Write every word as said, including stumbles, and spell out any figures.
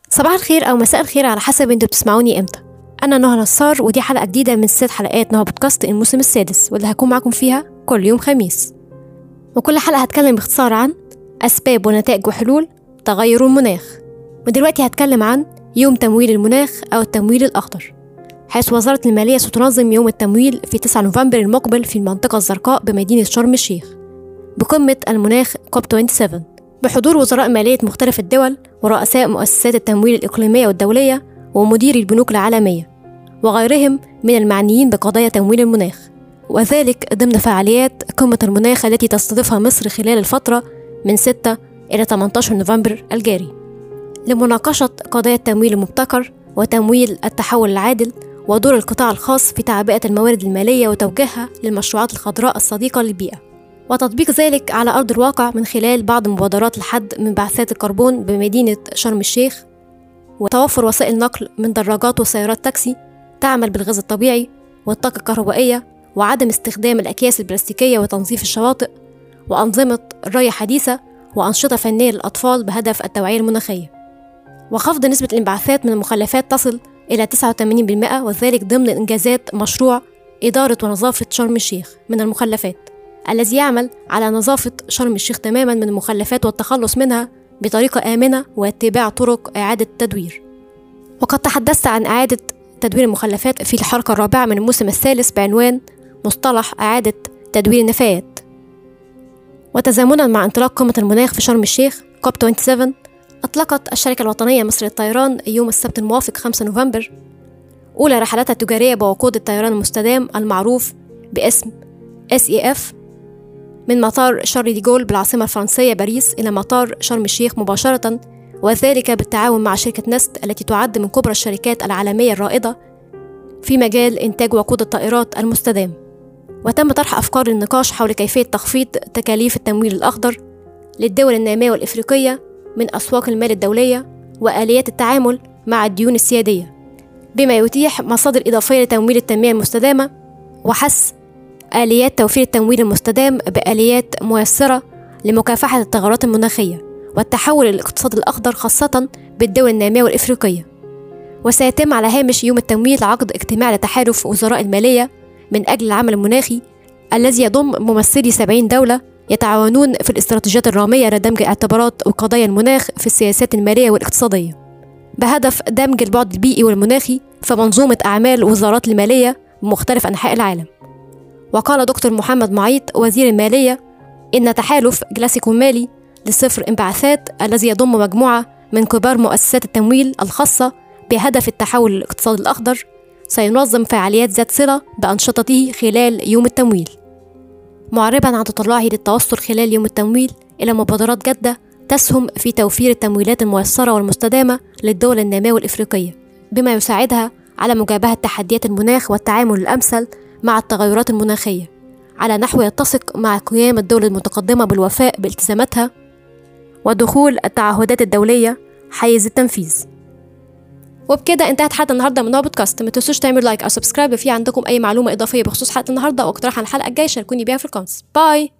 صباح الخير أو مساء الخير على حسب انتوا بتسمعوني امتى. أنا نهى نصار ودي حلقة جديدة من ست حلقات نهى بودكاست الموسم السادس، واللي هكون معاكم فيها كل يوم خميس. وكل حلقة هتكلم باختصار عن أسباب ونتائج وحلول تغير المناخ. ودلوقتي هتكلم عن يوم تمويل المناخ أو التمويل الأخضر، حيث وزارة المالية ستنظم يوم التمويل في تسعة نوفمبر المقبل في المنطقة الزرقاء بمدينة شرم الشيخ بقمة المناخ كوب سبعة وعشرين، بحضور وزراء مالية مختلف الدول ورؤساء مؤسسات التمويل الإقليمية والدولية ومديري البنوك العالمية وغيرهم من المعنيين بقضايا تمويل المناخ، وذلك ضمن فعاليات قمة المناخ التي تستضيفها مصر خلال الفترة من ستة إلى ثمانية عشر نوفمبر الجاري، لمناقشة قضايا التمويل المبتكر وتمويل التحول العادل ودور القطاع الخاص في تعبئة الموارد المالية وتوجيهها للمشروعات الخضراء الصديقة للبيئة، وتطبيق ذلك على أرض الواقع من خلال بعض مبادرات الحد من بعثات الكربون بمدينة شرم الشيخ، وتوفر وسائل نقل من دراجات وسيارات تاكسي تعمل بالغاز الطبيعي والطاقة الكهربائية، وعدم استخدام الأكياس البلاستيكية وتنظيف الشواطئ، وأنظمة ري حديثة وأنشطة فنية للأطفال بهدف التوعية المناخية، وخفض نسبة الانبعاثات من المخلفات تصل إلى تسعة وثمانين بالمئة، وذلك ضمن إنجازات مشروع إدارة ونظافة شرم الشيخ من المخلفات، الذي يعمل على نظافة شرم الشيخ تماما من المخلفات والتخلص منها بطريقة آمنة واتباع طرق إعادة التدوير. وقد تحدثت عن إعادة تدوير المخلفات في الحلقة الرابعة من الموسم الثالث بعنوان مصطلح إعادة تدوير النفايات. وتزامنا مع انطلاق قمة المناخ في شرم الشيخ كوب سبعة وعشرين، أطلقت الشركة الوطنية مصر للطيران يوم السبت الموافق خمسة نوفمبر أولى رحلاتها التجارية بوقود الطيران المستدام المعروف باسم إس إي إف من مطار شارل دي جول بالعاصمة الفرنسية باريس إلى مطار شرم الشيخ مباشرة، وذلك بالتعاون مع شركة نست التي تعد من كبرى الشركات العالمية الرائدة في مجال إنتاج وقود الطائرات المستدام. وتم طرح أفكار للنقاش حول كيفية تخفيض تكاليف التمويل الأخضر للدول النامية والإفريقية من أسواق المال الدولية وآليات التعامل مع الديون السيادية، بما يتيح مصادر إضافية لتمويل التنمية المستدامة، وحث آليات توفير التمويل المستدام بآليات ميسرة لمكافحة التغيرات المناخية والتحول للاقتصاد الأخضر خاصة بالدول النامية والإفريقية. وسيتم على هامش يوم التمويل عقد اجتماع لتحالف وزراء المالية من أجل العمل المناخي الذي يضم ممثلي سبعين دولة يتعاونون في الاستراتيجيات الرامية لدمج اعتبارات وقضايا المناخ في السياسات المالية والاقتصادية، بهدف دمج البعد البيئي والمناخي في منظومة أعمال وزارات المالية بمختلف أنحاء العالم. وقال دكتور محمد معيط وزير المالية إن تحالف جلاسيكو مالي لصفر انبعاثات الذي يضم مجموعة من كبار مؤسسات التمويل الخاصة بهدف التحول للاقتصاد الأخضر سينظم فعاليات ذات صلة بأنشطته خلال يوم التمويل، معربا عن تطلعه للتوصل خلال يوم التمويل إلى مبادرات جادة تسهم في توفير التمويلات الميسرة والمستدامة للدول النامية والإفريقية، بما يساعدها على مجابهة تحديات المناخ والتعامل الأمثل مع التغيرات المناخية على نحو يتسق مع قيام الدول المتقدمة بالوفاء بالتزاماتها ودخول التعهدات الدولية حيز التنفيذ. وبكده انتهت حلقة النهاردة من نهى بودكاست. ما تنسوش تعملوا لايك أو سبسكرايب في عندكم أي معلومة إضافية بخصوص حلقة النهاردة أو اقتراح عن الحلقة الجاية شاركوني بيها في الكومنتس. باي.